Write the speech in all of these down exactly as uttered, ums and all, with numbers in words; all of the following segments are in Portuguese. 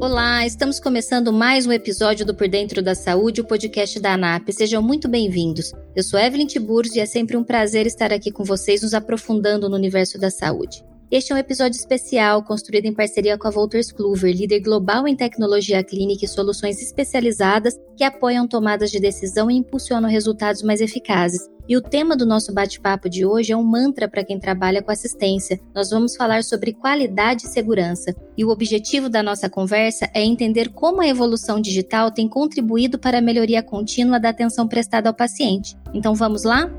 Olá, estamos começando mais um episódio do Por Dentro da Saúde, o podcast da ANAP. Sejam muito bem-vindos. Eu sou Evelyn Tiburcio e é sempre um prazer estar aqui com vocês, nos aprofundando no universo da saúde. Este é um episódio especial, construído em parceria com a Wolters Kluwer, líder global em tecnologia clínica e soluções especializadas que apoiam tomadas de decisão e impulsionam resultados mais eficazes. E o tema do nosso bate-papo de hoje é um mantra para quem trabalha com assistência. Nós vamos falar sobre qualidade e segurança. E o objetivo da nossa conversa é entender como a evolução digital tem contribuído para a melhoria contínua da atenção prestada ao paciente. Então vamos lá?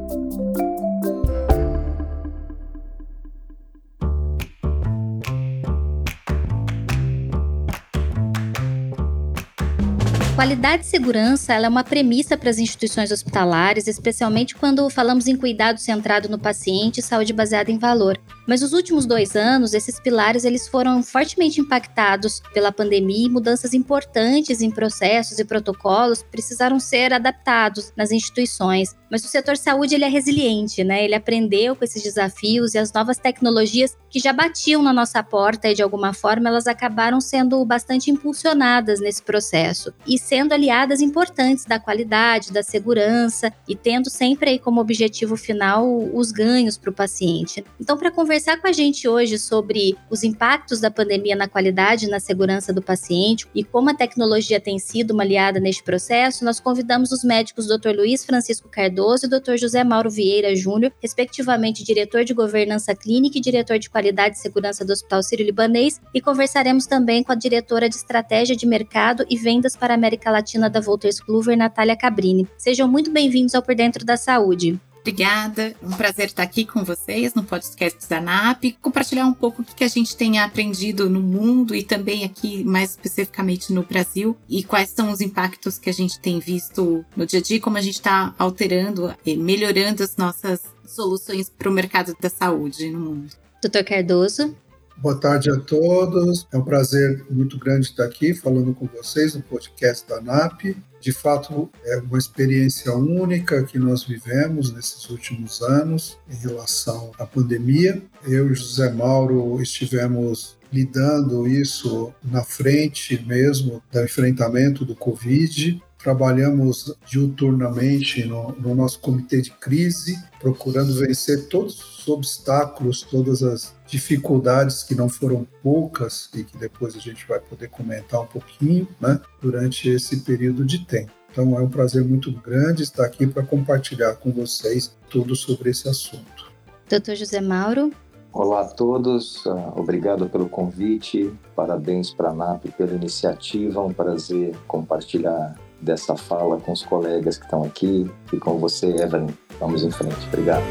Qualidade e segurança ela é uma premissa para as instituições hospitalares, especialmente quando falamos em cuidado centrado no paciente e saúde baseada em valor. Mas nos últimos dois anos, esses pilares eles foram fortemente impactados pela pandemia e mudanças importantes em processos e protocolos precisaram ser adaptados nas instituições. Mas o setor saúde ele é resiliente, né? Ele aprendeu com esses desafios e as novas tecnologias que já batiam na nossa porta e de alguma forma elas acabaram sendo bastante impulsionadas nesse processo e sendo aliadas importantes da qualidade, da segurança e tendo sempre aí como objetivo final os ganhos para o paciente. Então, para conversar com a gente hoje sobre os impactos da pandemia na qualidade e na segurança do paciente e como a tecnologia tem sido uma aliada neste processo, nós convidamos os médicos doutor Luiz Francisco Cardoso e doutor José Mauro Vieira Júnior, respectivamente diretor de governança clínica e diretor de qualidade e segurança do Hospital Sírio-Libanês, e conversaremos também com a diretora de estratégia de mercado e vendas para a América Latina da Wolters Kluwer, Natália Cabrini. Sejam muito bem-vindos ao Por Dentro da Saúde. Obrigada, é um prazer estar aqui com vocês no podcast da ANAP, compartilhar um pouco o que a gente tem aprendido no mundo e também aqui mais especificamente no Brasil e quais são os impactos que a gente tem visto no dia a dia, como a gente está alterando e melhorando as nossas soluções para o mercado da saúde no mundo. doutor Cardoso. Boa tarde a todos, é um prazer muito grande estar aqui falando com vocês no podcast da ANAP. De fato, é uma experiência única que nós vivemos nesses últimos anos em relação à pandemia. Eu e José Mauro estivemos lidando isso na frente mesmo do enfrentamento do Covid. Trabalhamos diuturnamente no, no nosso comitê de crise, procurando vencer todos os obstáculos, todas as dificuldades que não foram poucas e que depois a gente vai poder comentar um pouquinho, né, durante esse período de tempo. Então é um prazer muito grande estar aqui para compartilhar com vocês tudo sobre esse assunto. doutor José Mauro. Olá a todos, obrigado pelo convite, parabéns para a ANAP pela iniciativa, um prazer compartilhar dessa fala com os colegas que estão aqui e com você, Evelyn. Vamos em frente. Obrigado.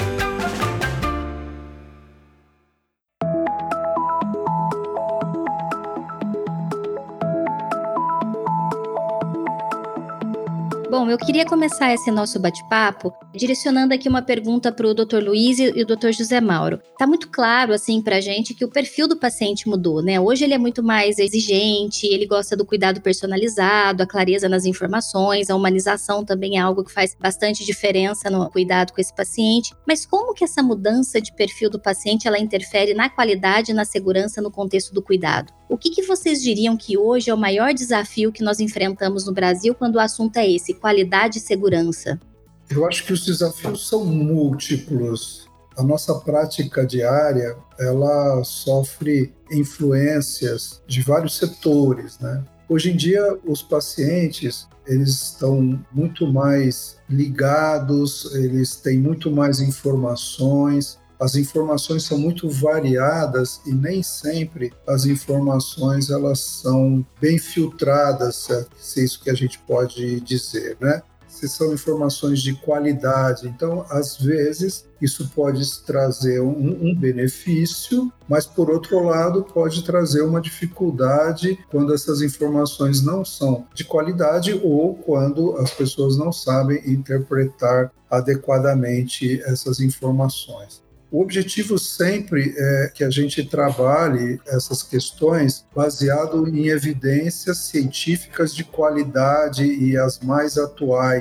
Bom, eu queria começar esse nosso bate-papo direcionando aqui uma pergunta para o doutor Luiz e o doutor José Mauro. Está muito claro, assim, para a gente que o perfil do paciente mudou, né? Hoje ele é muito mais exigente, ele gosta do cuidado personalizado, a clareza nas informações, a humanização também é algo que faz bastante diferença no cuidado com esse paciente. Mas como que essa mudança de perfil do paciente, ela interfere na qualidade e na segurança no contexto do cuidado? O que que vocês diriam que hoje é o maior desafio que nós enfrentamos no Brasil quando o assunto é esse, qualidade e segurança? Eu acho que os desafios são múltiplos. A nossa prática diária, ela sofre influências de vários setores, né? Hoje em dia, os pacientes, eles estão muito mais ligados, eles têm muito mais informações. As informações são muito variadas e nem sempre as informações elas são bem filtradas, se é isso que a gente pode dizer, né? Se são informações de qualidade. Então, às vezes, isso pode trazer um, um benefício, mas, por outro lado, pode trazer uma dificuldade quando essas informações não são de qualidade ou quando as pessoas não sabem interpretar adequadamente essas informações. O objetivo sempre é que a gente trabalhe essas questões baseado em evidências científicas de qualidade e as mais atuais.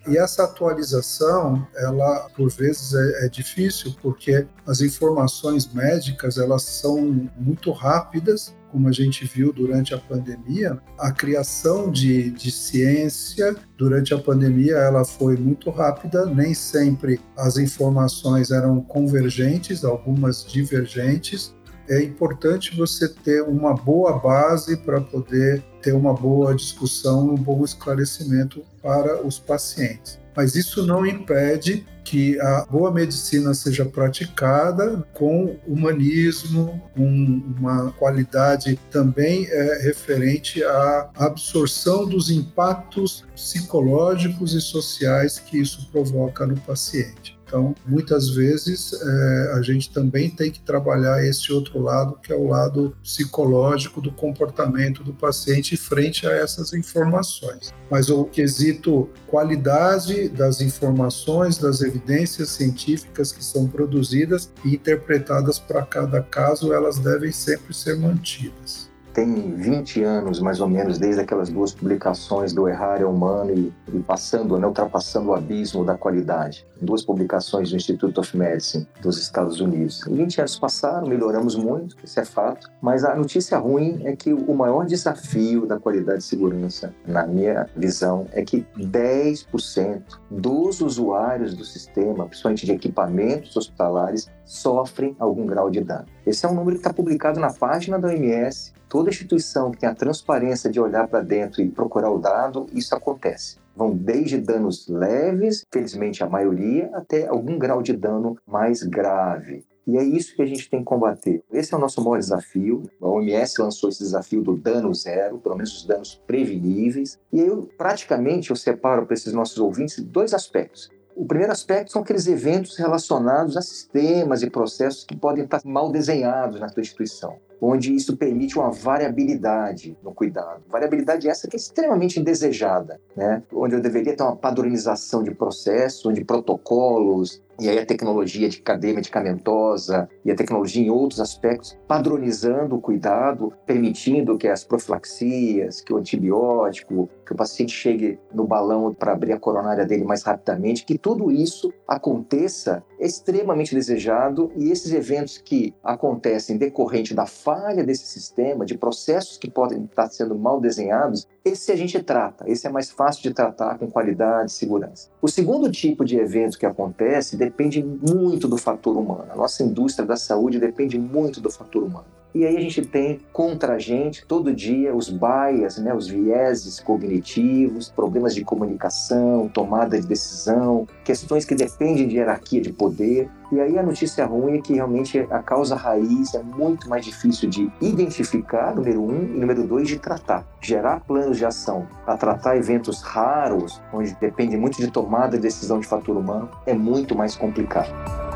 E essa atualização, ela por vezes é, é difícil, porque as informações médicas elas são muito rápidas, como a gente viu durante a pandemia. A criação de, de ciência durante a pandemia ela foi muito rápida, nem sempre as informações eram convergentes, algumas divergentes. É importante você ter uma boa base para poder ter uma boa discussão, um bom esclarecimento para os pacientes. Mas isso não impede que a boa medicina seja praticada com humanismo, com uma qualidade também é, referente à absorção dos impactos psicológicos e sociais que isso provoca no paciente. Então, muitas vezes, é, a gente também tem que trabalhar esse outro lado, que é o lado psicológico do comportamento do paciente frente a essas informações. Mas o quesito qualidade das informações, das evidências científicas que são produzidas e interpretadas para cada caso, elas devem sempre ser mantidas. Tem vinte anos, mais ou menos, desde aquelas duas publicações do Errar é Humano e, e passando, né, ultrapassando o abismo da qualidade. Duas publicações do Institute of Medicine dos Estados Unidos. Em vinte anos passaram, melhoramos muito, isso é fato, mas a notícia ruim é que o maior desafio da qualidade e segurança, na minha visão, é que dez por cento dos usuários do sistema, principalmente de equipamentos hospitalares, sofrem algum grau de dano. Esse é um número que está publicado na página da O M S. Toda instituição que tem a transparência de olhar para dentro e procurar o dado, isso acontece. Vão desde danos leves, felizmente a maioria, até algum grau de dano mais grave. E é isso que a gente tem que combater. Esse é o nosso maior desafio. A O M S lançou esse desafio do dano zero, pelo menos os danos preveníveis. E eu, praticamente, eu separo para esses nossos ouvintes dois aspectos. O primeiro aspecto são aqueles eventos relacionados a sistemas e processos que podem estar mal desenhados na tua instituição, onde isso permite uma variabilidade no cuidado. Variabilidade essa que é extremamente indesejada, né? Onde eu deveria ter uma padronização de processos, onde protocolos, e aí a tecnologia de cadeia medicamentosa e a tecnologia em outros aspectos, padronizando o cuidado, permitindo que as profilaxias, que o antibiótico, que o paciente chegue no balão para abrir a coronária dele mais rapidamente, que tudo isso aconteça é extremamente desejado, e esses eventos que acontecem decorrente da falha desse sistema, de processos que podem estar sendo mal desenhados, esse a gente trata, esse é mais fácil de tratar com qualidade e segurança. O segundo tipo de evento que acontece depende muito do fator humano. A nossa indústria da saúde depende muito do fator humano. E aí a gente tem contra a gente, todo dia, os bias, né, os vieses cognitivos, problemas de comunicação, tomada de decisão, questões que dependem de hierarquia de poder. E aí a notícia ruim é que realmente a causa raiz é muito mais difícil de identificar, número um, e número dois, de tratar. Gerar planos de ação para tratar eventos raros, onde depende muito de tomada de decisão de fator humano, é muito mais complicado.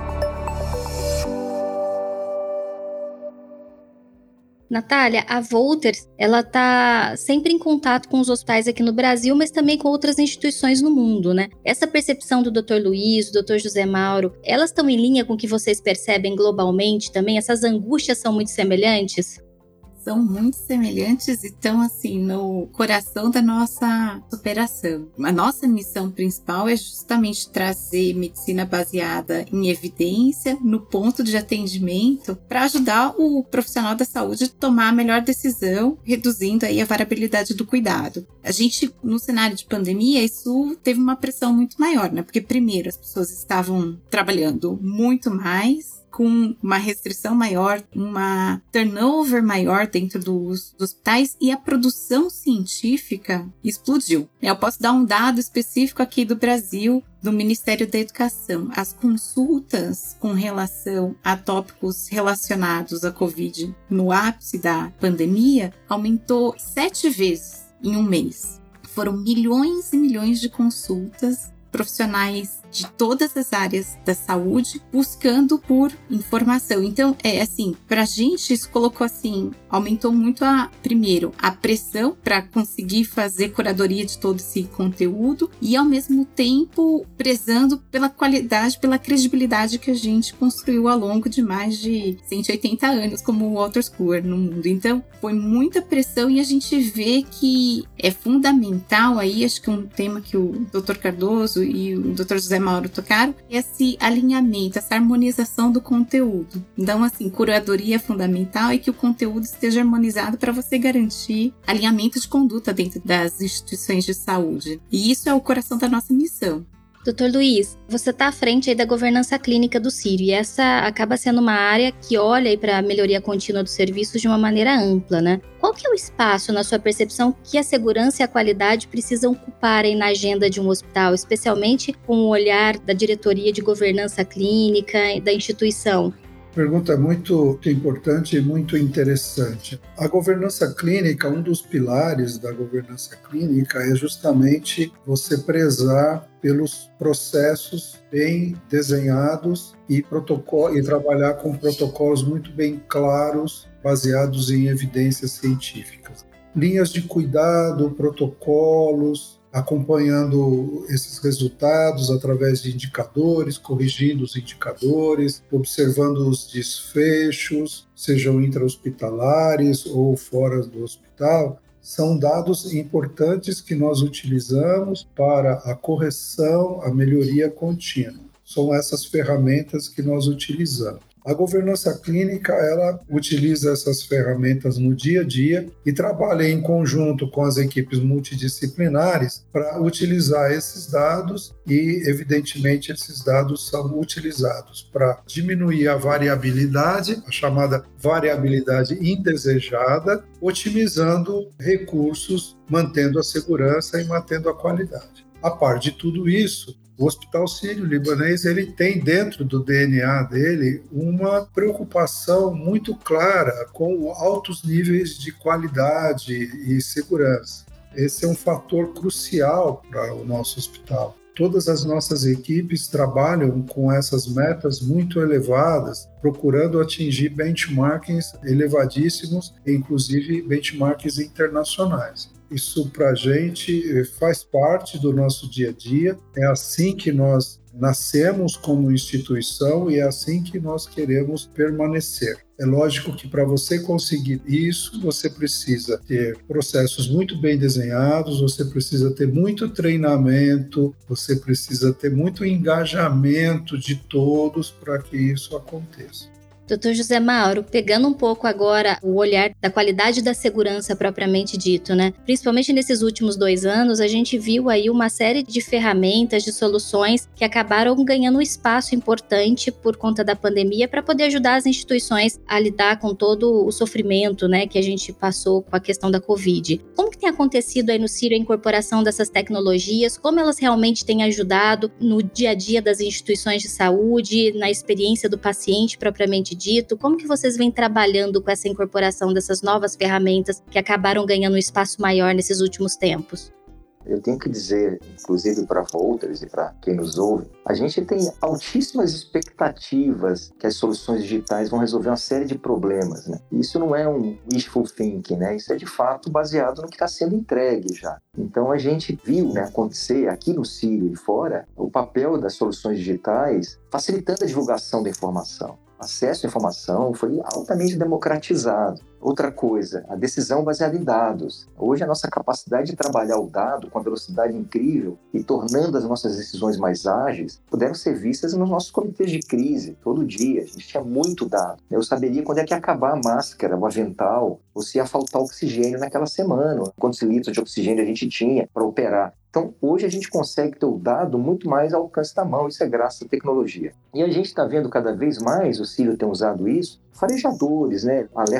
Natália, a Volters, ela está sempre em contato com os hospitais aqui no Brasil, mas também com outras instituições no mundo, né? Essa percepção do doutor Luiz, do doutor José Mauro, elas estão em linha com o que vocês percebem globalmente também? Essas angústias são muito semelhantes? São muito semelhantes e estão assim no coração da nossa operação. A nossa missão principal é justamente trazer medicina baseada em evidência no ponto de atendimento para ajudar o profissional da saúde a tomar a melhor decisão, reduzindo aí a variabilidade do cuidado. A gente, no cenário de pandemia, isso teve uma pressão muito maior, né? Porque primeiro as pessoas estavam trabalhando muito mais, com uma restrição maior, uma turnover maior dentro dos, dos hospitais, e a produção científica explodiu. Eu posso dar um dado específico aqui do Brasil, do Ministério da Educação. As consultas com relação a tópicos relacionados à Covid no ápice da pandemia aumentou sete vezes em um mês. Foram milhões e milhões de consultas, profissionais de todas as áreas da saúde buscando por informação. Então, é assim, pra gente isso colocou assim, aumentou muito a, primeiro, a pressão para conseguir fazer curadoria de todo esse conteúdo e, ao mesmo tempo, prezando pela qualidade, pela credibilidade que a gente construiu ao longo de mais de cento e oitenta anos como author scholar no mundo. Então, foi muita pressão e a gente vê que é fundamental aí, acho que um tema que o doutor Cardoso e o doutor José Mauro tocaram, esse alinhamento, essa harmonização do conteúdo. Então, assim, curadoria é fundamental e que o conteúdo esteja harmonizado para você garantir alinhamento de conduta dentro das instituições de saúde. E isso é o coração da nossa missão. doutor Luiz, você está à frente aí da governança clínica do Círio e essa acaba sendo uma área que olha para a melhoria contínua dos serviços de uma maneira ampla, né? Qual que é o espaço, na sua percepção, que a segurança e a qualidade precisam ocupar aí na agenda de um hospital, especialmente com o olhar da diretoria de governança clínica e da instituição? Pergunta muito importante e muito interessante. A governança clínica, um dos pilares da governança clínica é justamente você prezar pelos processos bem desenhados e, protocolo, e trabalhar com protocolos muito bem claros, baseados em evidências científicas. Linhas de cuidado, protocolos, acompanhando esses resultados através de indicadores, corrigindo os indicadores, observando os desfechos, sejam intra-hospitalares ou fora do hospital, são dados importantes que nós utilizamos para a correção, a melhoria contínua. São essas ferramentas que nós utilizamos. A governança clínica, ela utiliza essas ferramentas no dia a dia e trabalha em conjunto com as equipes multidisciplinares para utilizar esses dados e, evidentemente, esses dados são utilizados para diminuir a variabilidade, a chamada variabilidade indesejada, otimizando recursos, mantendo a segurança e mantendo a qualidade. A par de tudo isso, o Hospital Sírio-Libanês ele tem dentro do D N A dele uma preocupação muito clara com altos níveis de qualidade e segurança. Esse é um fator crucial para o nosso hospital. Todas as nossas equipes trabalham com essas metas muito elevadas, procurando atingir benchmarkings elevadíssimos, inclusive benchmarkings internacionais. Isso para a gente faz parte do nosso dia a dia, é assim que nós nascemos como instituição e é assim que nós queremos permanecer. É lógico que para você conseguir isso, você precisa ter processos muito bem desenhados, você precisa ter muito treinamento, você precisa ter muito engajamento de todos para que isso aconteça. doutor José Mauro, pegando um pouco agora o olhar da qualidade da segurança propriamente dito, né? Principalmente nesses últimos dois anos, a gente viu aí uma série de ferramentas, de soluções que acabaram ganhando um espaço importante por conta da pandemia para poder ajudar as instituições a lidar com todo o sofrimento, né, que a gente passou com a questão da Covid. Como que tem acontecido aí no Círio a incorporação dessas tecnologias? Como elas realmente têm ajudado no dia a dia das instituições de saúde, na experiência do paciente propriamente dito? Como que vocês vêm trabalhando com essa incorporação dessas novas ferramentas que acabaram ganhando um espaço maior nesses últimos tempos? Eu tenho que dizer, inclusive para voters e para quem nos ouve, a gente tem altíssimas expectativas que as soluções digitais vão resolver uma série de problemas, né? Isso não é um wishful thinking, né? Isso é de fato baseado no que está sendo entregue já. Então a gente viu, né, acontecer aqui no Círio e fora o papel das soluções digitais facilitando a divulgação da informação. Acesso à informação foi altamente democratizado. Outra coisa, a decisão baseada em dados. Hoje a nossa capacidade de trabalhar o dado com a velocidade incrível e tornando as nossas decisões mais ágeis puderam ser vistas nos nossos comitês de crise, todo dia. A gente tinha muito dado. Eu saberia quando é que ia acabar a máscara, o avental, ou se ia faltar oxigênio naquela semana, quantos litros de oxigênio a gente tinha para operar. Então, hoje a gente consegue ter o dado muito mais ao alcance da mão, isso é graças à tecnologia. E a gente está vendo cada vez mais, o Círio tem usado isso, farejadores, né, alertas eletrônicos,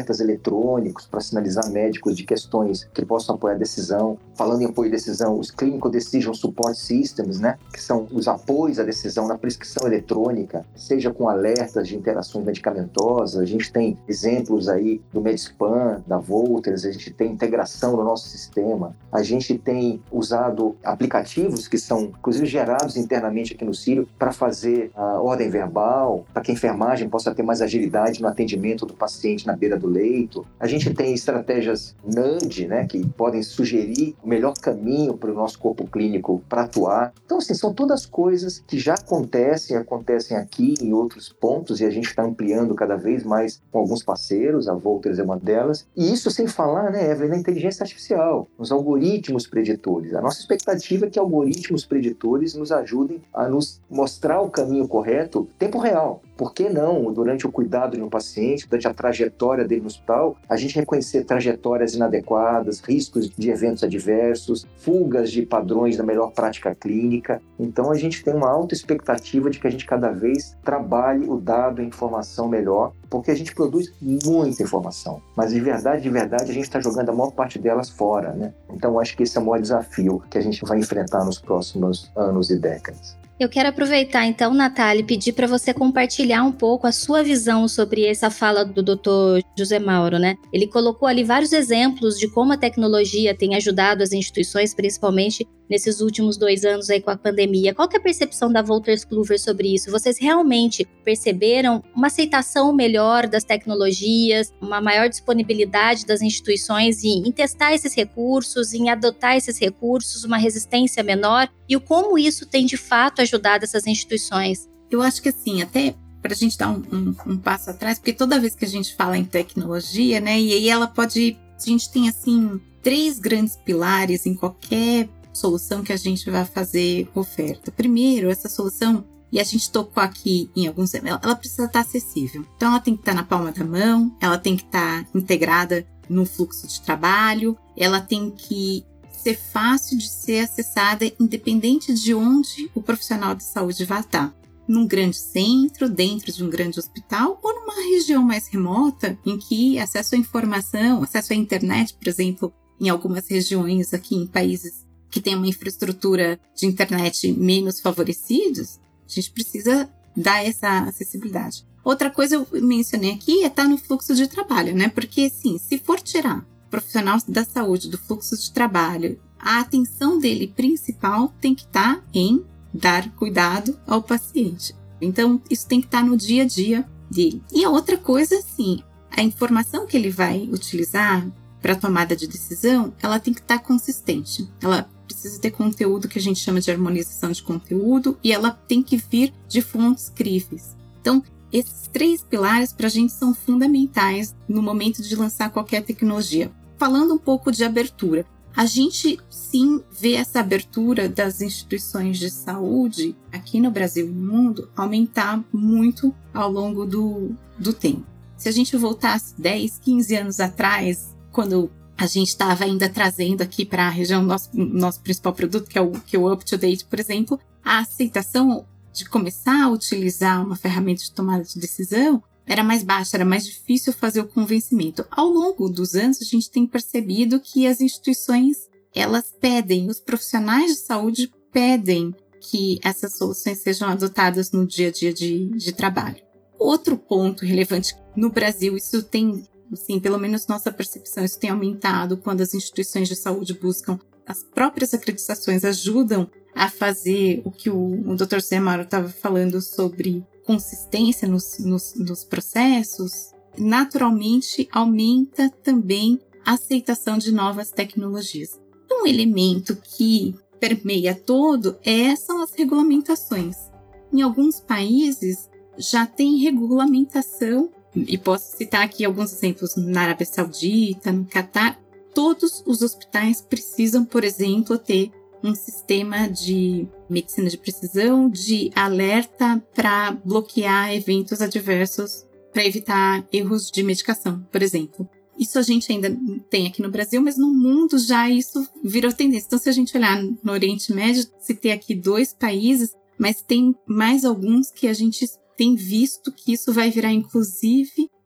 eletrônicos para sinalizar médicos de questões que possam apoiar a decisão. Falando em apoio à decisão, os Clinical Decision Support Systems, né, que são os apoios à decisão na prescrição eletrônica, seja com alertas de interações medicamentosas. A gente tem exemplos aí do Medspan, da Volters, a gente tem integração no nosso sistema. A gente tem usado aplicativos que são, inclusive, gerados internamente aqui no Sírio para fazer a ordem verbal, para que a enfermagem possa ter mais agilidade no atendimento do paciente na beira do leito. A gente tem estratégias nudge, né, que podem sugerir o melhor caminho para o nosso corpo clínico para atuar. Então, assim, são todas coisas que já acontecem, acontecem aqui em outros pontos, e a gente está ampliando cada vez mais com alguns parceiros, a Volters é uma delas. E isso sem falar, né, Evelyn, na inteligência artificial, nos algoritmos preditores. A nossa expectativa é que algoritmos preditores nos ajudem a nos mostrar o caminho correto em tempo real. Por que não, durante o cuidado de um paciente, durante a trajetória dele no hospital, a gente reconhecer trajetórias inadequadas, riscos de eventos adversos, fugas de padrões da melhor prática clínica. Então, a gente tem uma alta expectativa de que a gente cada vez trabalhe o dado e a informação melhor, porque a gente produz muita informação, mas de verdade, de verdade, a gente está jogando a maior parte delas fora, né? Então, acho que esse é o maior desafio que a gente vai enfrentar nos próximos anos e décadas. Eu quero aproveitar então, Natália, e pedir para você compartilhar um pouco a sua visão sobre essa fala do doutor José Mauro, né? Ele colocou ali vários exemplos de como a tecnologia tem ajudado as instituições, principalmente nesses últimos dois anos aí com a pandemia. Qual que é a percepção da Wolters Kluwer sobre isso? Vocês realmente perceberam uma aceitação melhor das tecnologias, uma maior disponibilidade das instituições em, em testar esses recursos, em adotar esses recursos, uma resistência menor? E o como isso tem de fato ajudado essas instituições? Eu acho que assim, até para a gente dar um, um, um passo atrás, porque toda vez que a gente fala em tecnologia, né, e aí ela pode, a gente tem assim três grandes pilares em qualquer solução que a gente vai fazer oferta. Primeiro, essa solução, e a gente tocou aqui em alguns, ela, ela precisa estar acessível. Então ela tem que estar na palma da mão, ela tem que estar integrada no fluxo de trabalho, ela tem que ser fácil de ser acessada, independente de onde o profissional de saúde vai estar. Num grande centro, dentro de um grande hospital, ou numa região mais remota, em que acesso à informação, acesso à internet, por exemplo, em algumas regiões aqui em países que têm uma infraestrutura de internet menos favorecidos, a gente precisa dar essa acessibilidade. Outra coisa eu mencionei aqui é estar no fluxo de trabalho, né? Porque, assim, se for tirar o profissional da saúde do fluxo de trabalho, a atenção dele principal tem que estar em dar cuidado ao paciente. Então, isso tem que estar no dia a dia dele. E a outra coisa, assim, a informação que ele vai utilizar para a tomada de decisão, ela tem que estar consistente. Ela precisa ter conteúdo que a gente chama de harmonização de conteúdo e ela tem que vir de fontes críveis. Então, esses três pilares para a gente são fundamentais no momento de lançar qualquer tecnologia. Falando um pouco de abertura, a gente sim vê essa abertura das instituições de saúde aqui no Brasil e no mundo aumentar muito ao longo do, do tempo. Se a gente voltasse dez, quinze anos atrás, quando a gente estava ainda trazendo aqui para a região nosso, nosso principal produto, que é o, que é o UpToDate, por exemplo, a aceitação de começar a utilizar uma ferramenta de tomada de decisão era mais baixa, era mais difícil fazer o convencimento. Ao longo dos anos, a gente tem percebido que as instituições, elas pedem, os profissionais de saúde pedem que essas soluções sejam adotadas no dia a dia de, de trabalho. Outro ponto relevante, no Brasil, isso tem, assim, pelo menos nossa percepção, isso tem aumentado quando as instituições de saúde buscam, as próprias acreditações ajudam a fazer o que o, o doutor José Mauro estava falando sobre consistência nos, nos, nos processos, naturalmente aumenta também a aceitação de novas tecnologias. Um elemento que permeia todo é, são as regulamentações. Em alguns países já tem regulamentação, e posso citar aqui alguns exemplos na Arábia Saudita, no Catar. Todos os hospitais precisam, por exemplo, ter um sistema de medicina de precisão, de alerta para bloquear eventos adversos, para evitar erros de medicação, por exemplo. Isso a gente ainda tem aqui no Brasil, mas no mundo já isso virou tendência. Então, se a gente olhar no Oriente Médio, citei aqui dois países, mas tem mais alguns que a gente tem visto que isso vai virar, inclusive,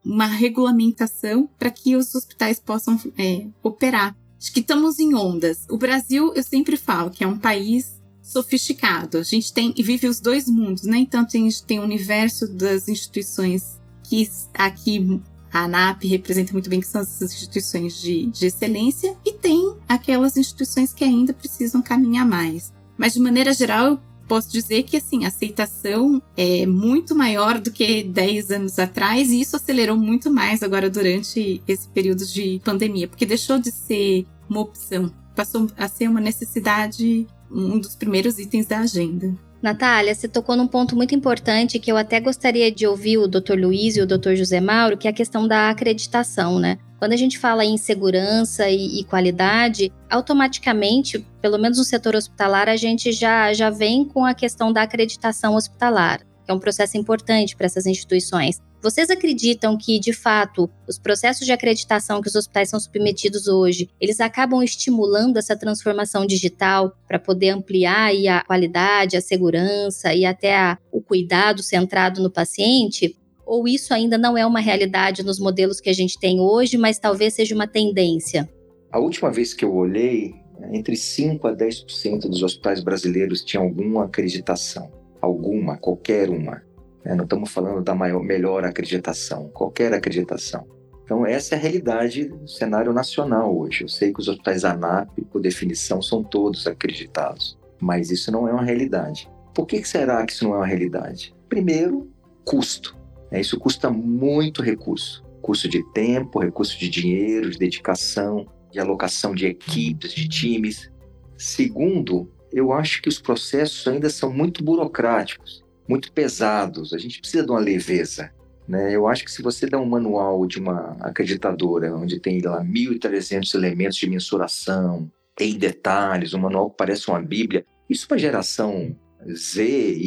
uma regulamentação para que os hospitais possam é, operar. Acho que estamos em ondas. O Brasil, eu sempre falo que é um país sofisticado. A gente tem e vive os dois mundos, né? Então, a gente tem o universo das instituições que aqui a ANAP representa muito bem, que são essas instituições de, de excelência, e tem aquelas instituições que ainda precisam caminhar mais. Mas, de maneira geral, eu posso dizer que assim, a aceitação é muito maior do que dez anos atrás, e isso acelerou muito mais agora durante esse período de pandemia, porque deixou de ser uma opção, passou a ser uma necessidade, um dos primeiros itens da agenda. Natália, você tocou num ponto muito importante que eu até gostaria de ouvir o doutor Luiz e o doutor José Mauro, que é a questão da acreditação, né? Quando a gente fala em segurança e, e qualidade, automaticamente, pelo menos no setor hospitalar, a gente já, já vem com a questão da acreditação hospitalar, que é um processo importante para essas instituições. Vocês acreditam que, de fato, os processos de acreditação que os hospitais são submetidos hoje, eles acabam estimulando essa transformação digital para poder ampliar aí a qualidade, a segurança e até a, o cuidado centrado no paciente? Ou isso ainda não é uma realidade nos modelos que a gente tem hoje, mas talvez seja uma tendência? A última vez que eu olhei, entre cinco a dez por cento dos hospitais brasileiros tinham alguma acreditação. Alguma, qualquer uma. Não estamos falando da maior, melhor acreditação, qualquer acreditação. Então, essa é a realidade do cenário nacional hoje. Eu sei que os hospitais ANAP, por definição, são todos acreditados, mas isso não é uma realidade. Por que será que isso não é uma realidade? Primeiro, custo. Isso custa muito recurso. Custo de tempo, recurso de dinheiro, de dedicação, de alocação de equipes, de times. Segundo, eu acho que os processos ainda são muito burocráticos, muito pesados. A gente precisa de uma leveza, né? Eu acho que se você dá um manual de uma acreditadora, onde tem lá mil e trezentos elementos de mensuração, em detalhes, um manual que parece uma bíblia, isso para a geração Z,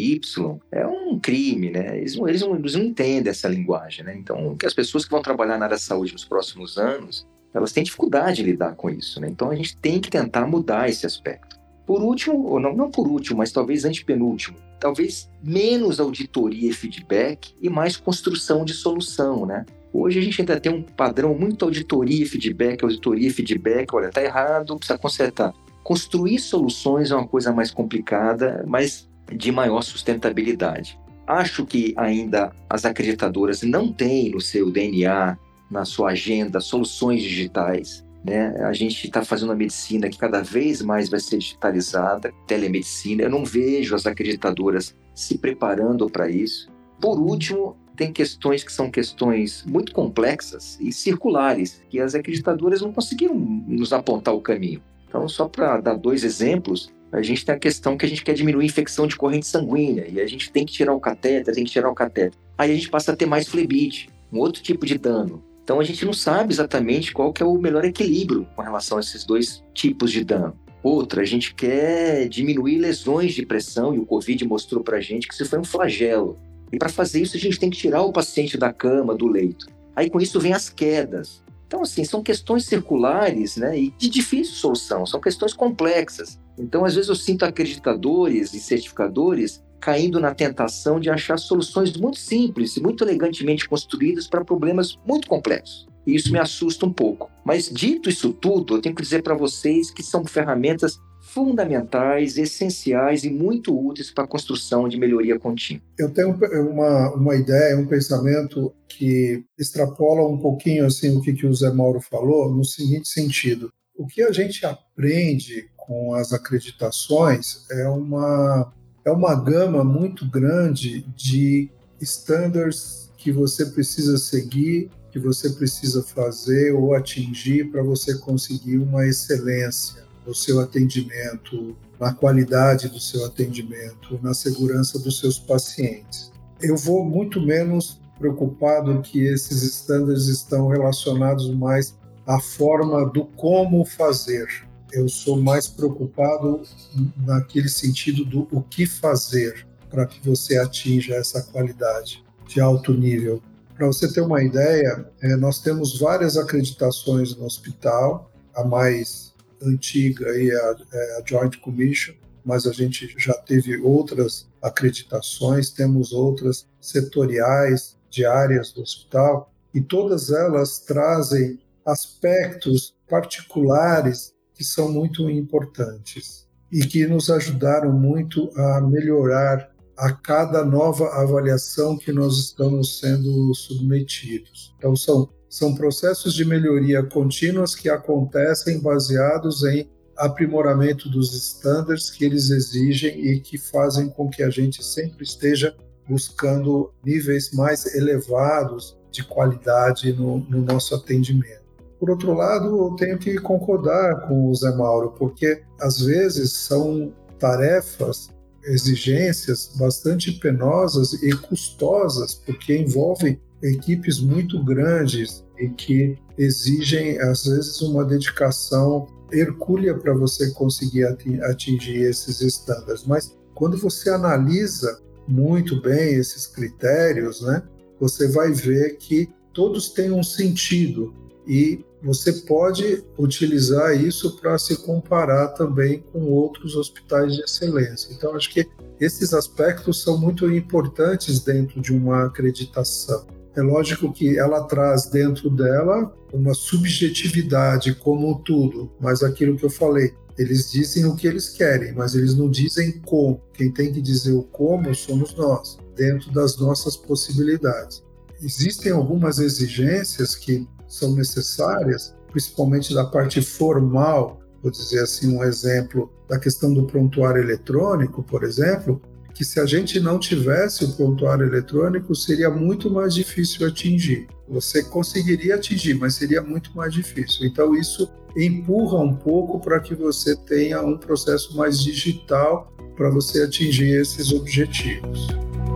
Y, é um crime, né? Eles não, eles não, eles não entendem essa linguagem, né? Então, as pessoas que vão trabalhar na área da saúde nos próximos anos, elas têm dificuldade de lidar com isso, né? Então, a gente tem que tentar mudar esse aspecto. Por último, ou não, não por último, mas talvez antepenúltimo, talvez menos auditoria e feedback e mais construção de solução, né? Hoje a gente ainda tem um padrão muito auditoria e feedback, auditoria e feedback, olha, tá errado, precisa consertar. Construir soluções é uma coisa mais complicada, mas de maior sustentabilidade. Acho que ainda as acreditadoras não têm no seu D N A, na sua agenda, soluções digitais, né? A gente está fazendo uma medicina que cada vez mais vai ser digitalizada, telemedicina. Eu não vejo as acreditadoras se preparando para isso. Por último, tem questões que são questões muito complexas e circulares, que as acreditadoras não conseguiram nos apontar o caminho. Então, só para dar dois exemplos, a gente tem a questão que a gente quer diminuir a infecção de corrente sanguínea e a gente tem que tirar o catéter, tem que tirar o catéter. Aí a gente passa a ter mais flebite, um outro tipo de dano. Então, a gente não sabe exatamente qual que é o melhor equilíbrio com relação a esses dois tipos de dano. Outra, a gente quer diminuir lesões de pressão e o Covid mostrou para a gente que isso foi um flagelo. E para fazer isso, a gente tem que tirar o paciente da cama, do leito. Aí, com isso, vem as quedas. Então, assim, são questões circulares, né, e de difícil solução, são questões complexas. Então, às vezes, eu sinto acreditadores e certificadores caindo na tentação de achar soluções muito simples e muito elegantemente construídas para problemas muito complexos. E isso me assusta um pouco. Mas, dito isso tudo, eu tenho que dizer para vocês que são ferramentas fundamentais, essenciais e muito úteis para a construção de melhoria contínua. Eu tenho uma, uma ideia, um pensamento que extrapola um pouquinho assim, o que, que o Zé Mauro falou, no seguinte sentido. O que a gente aprende com as acreditações é uma, é uma gama muito grande de standards que você precisa seguir, que você precisa fazer ou atingir para você conseguir uma excelência no seu atendimento, na qualidade do seu atendimento, na segurança dos seus pacientes. Eu vou muito menos preocupado que esses estándares estão relacionados mais à forma do como fazer. Eu sou mais preocupado naquele sentido do o que fazer para que você atinja essa qualidade de alto nível. Para você ter uma ideia, nós temos várias acreditações no hospital, a mais antiga aí é a, é a Joint Commission, mas a gente já teve outras acreditações, temos outras setoriais de áreas do hospital, e todas elas trazem aspectos particulares que são muito importantes e que nos ajudaram muito a melhorar a cada nova avaliação que nós estamos sendo submetidos. Então, são, são processos de melhoria contínuas que acontecem baseados em aprimoramento dos estándares que eles exigem e que fazem com que a gente sempre esteja buscando níveis mais elevados de qualidade no, no nosso atendimento. Por outro lado, eu tenho que concordar com o Zé Mauro, porque às vezes são tarefas, exigências bastante penosas e custosas, porque envolvem equipes muito grandes e que exigem, às vezes, uma dedicação hercúlea para você conseguir atingir esses estándares. Mas quando você analisa muito bem esses critérios, né, você vai ver que todos têm um sentido e você pode utilizar isso para se comparar também com outros hospitais de excelência. Então, acho que esses aspectos são muito importantes dentro de uma acreditação. É lógico que ela traz dentro dela uma subjetividade como tudo, mas aquilo que eu falei, eles dizem o que eles querem, mas eles não dizem como. Quem tem que dizer o como somos nós, dentro das nossas possibilidades. Existem algumas exigências que são necessárias, principalmente da parte formal, vou dizer assim, um exemplo da questão do prontuário eletrônico, por exemplo, que se a gente não tivesse o prontuário eletrônico, seria muito mais difícil atingir. Você conseguiria atingir, mas seria muito mais difícil. Então, isso empurra um pouco para que você tenha um processo mais digital para você atingir esses objetivos.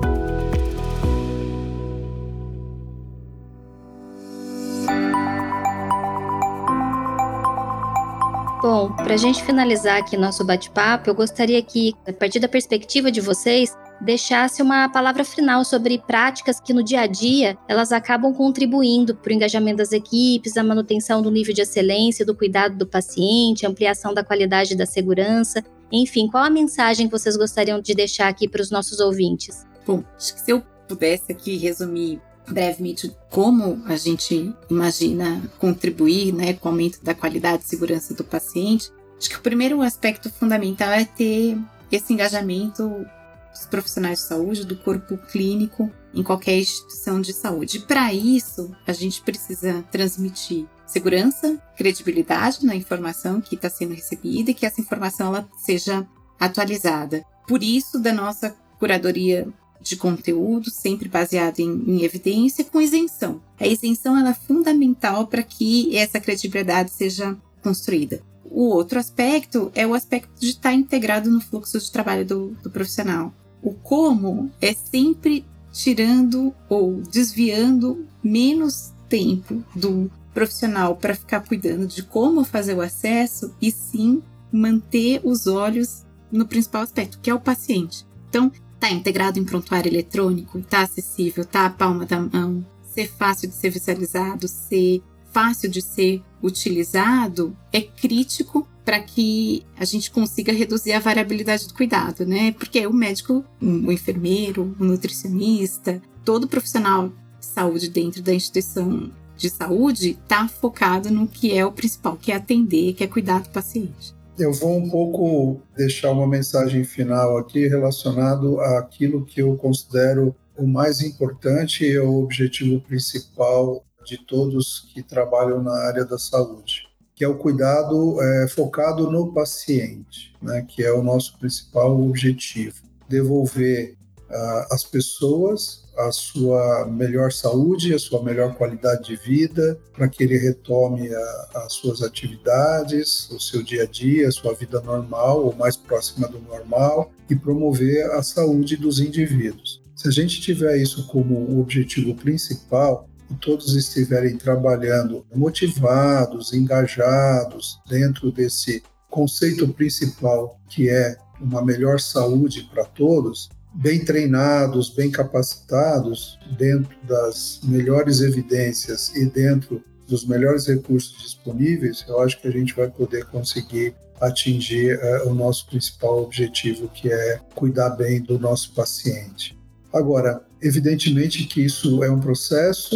Bom, para a gente finalizar aqui nosso bate-papo, eu gostaria que, a partir da perspectiva de vocês, deixasse uma palavra final sobre práticas que no dia a dia elas acabam contribuindo para o engajamento das equipes, a manutenção do nível de excelência, do cuidado do paciente, ampliação da qualidade da segurança. Enfim, qual a mensagem que vocês gostariam de deixar aqui para os nossos ouvintes? Bom, acho que se eu pudesse aqui resumir brevemente como a gente imagina contribuir, né, com o aumento da qualidade e segurança do paciente, acho que o primeiro aspecto fundamental é ter esse engajamento dos profissionais de saúde, do corpo clínico em qualquer instituição de saúde. Para isso, a gente precisa transmitir segurança, credibilidade na informação que está sendo recebida e que essa informação ela seja atualizada. Por isso, da nossa curadoria de conteúdo, sempre baseado em, em evidência, com isenção. A isenção ela é fundamental para que essa credibilidade seja construída. O outro aspecto é o aspecto de estar integrado no fluxo de trabalho do, do profissional. O como é sempre tirando ou desviando menos tempo do profissional para ficar cuidando de como fazer o acesso e sim manter os olhos no principal aspecto, que é o paciente. Então, está integrado em prontuário eletrônico, está acessível, está à palma da mão, ser fácil de ser visualizado, ser fácil de ser utilizado, é crítico para que a gente consiga reduzir a variabilidade do cuidado, né? Porque o médico, o enfermeiro, o nutricionista, todo profissional de saúde dentro da instituição de saúde está focado no que é o principal, que é atender, que é cuidar do paciente. Eu vou um pouco deixar uma mensagem final aqui relacionado àquilo que eu considero o mais importante e o objetivo principal de todos que trabalham na área da saúde, que é o cuidado é, focado no paciente, né, que é o nosso principal objetivo. Devolver uh, às pessoas a sua melhor saúde, a sua melhor qualidade de vida, para que ele retome a, as suas atividades, o seu dia a dia, a sua vida normal ou mais próxima do normal e promover a saúde dos indivíduos. Se a gente tiver isso como o objetivo principal e todos estiverem trabalhando motivados, engajados dentro desse conceito principal que é uma melhor saúde para todos, bem treinados, bem capacitados, dentro das melhores evidências e dentro dos melhores recursos disponíveis, eu acho que a gente vai poder conseguir atingir uh, o nosso principal objetivo, que é cuidar bem do nosso paciente. Agora, evidentemente que isso é um processo,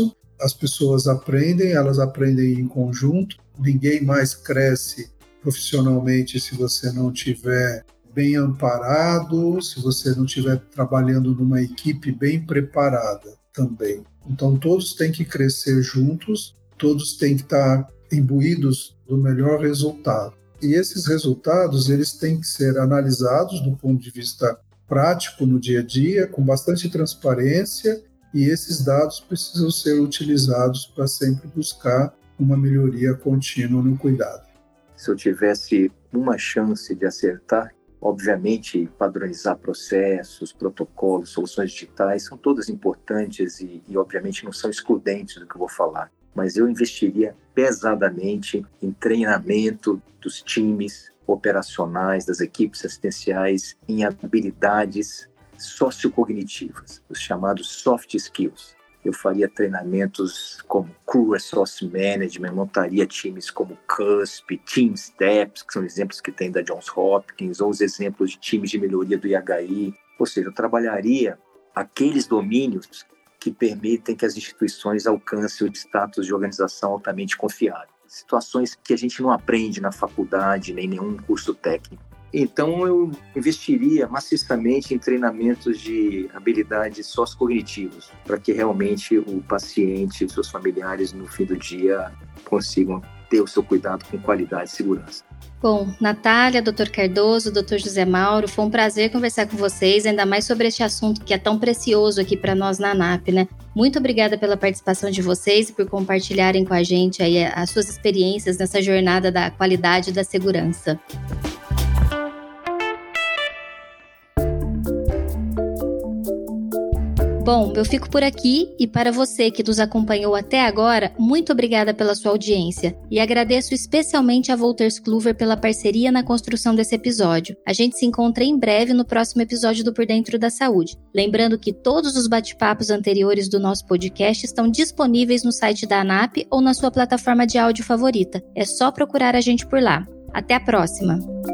as pessoas aprendem, elas aprendem em conjunto, ninguém mais cresce profissionalmente se você não tiver bem amparado, se você não estiver trabalhando numa equipe bem preparada também. Então todos têm que crescer juntos, todos têm que estar imbuídos do melhor resultado. E esses resultados eles têm que ser analisados do ponto de vista prático no dia a dia, com bastante transparência, e esses dados precisam ser utilizados para sempre buscar uma melhoria contínua no cuidado. Se eu tivesse uma chance de acertar, obviamente padronizar processos, protocolos, soluções digitais, são todas importantes e, e obviamente não são excludentes do que eu vou falar. Mas eu investiria pesadamente em treinamento dos times operacionais, das equipes assistenciais, em habilidades sociocognitivas, os chamados soft skills. Eu faria treinamentos como Crew Resource Management, montaria times como C U S P, Team Steps, que são exemplos que tem da Johns Hopkins, ou os exemplos de times de melhoria do I H I. Ou seja, eu trabalharia aqueles domínios que permitem que as instituições alcancem o status de organização altamente confiável. Situações que a gente não aprende na faculdade, nem em nenhum curso técnico. Então, eu investiria maciçamente em treinamentos de habilidades sociocognitivas, para que realmente o paciente e seus familiares, no fim do dia, consigam ter o seu cuidado com qualidade e segurança. Bom, Natália, doutor Cardoso, doutor José Mauro, foi um prazer conversar com vocês, ainda mais sobre este assunto que é tão precioso aqui para nós na ANAP, né? Muito obrigada pela participação de vocês e por compartilharem com a gente aí as suas experiências nessa jornada da qualidade e da segurança. Bom, eu fico por aqui e para você que nos acompanhou até agora, muito obrigada pela sua audiência e agradeço especialmente a Wolters Kluwer pela parceria na construção desse episódio. A gente se encontra em breve no próximo episódio do Por Dentro da Saúde. Lembrando que todos os bate-papos anteriores do nosso podcast estão disponíveis no site da ANAP ou na sua plataforma de áudio favorita. É só procurar a gente por lá. Até a próxima!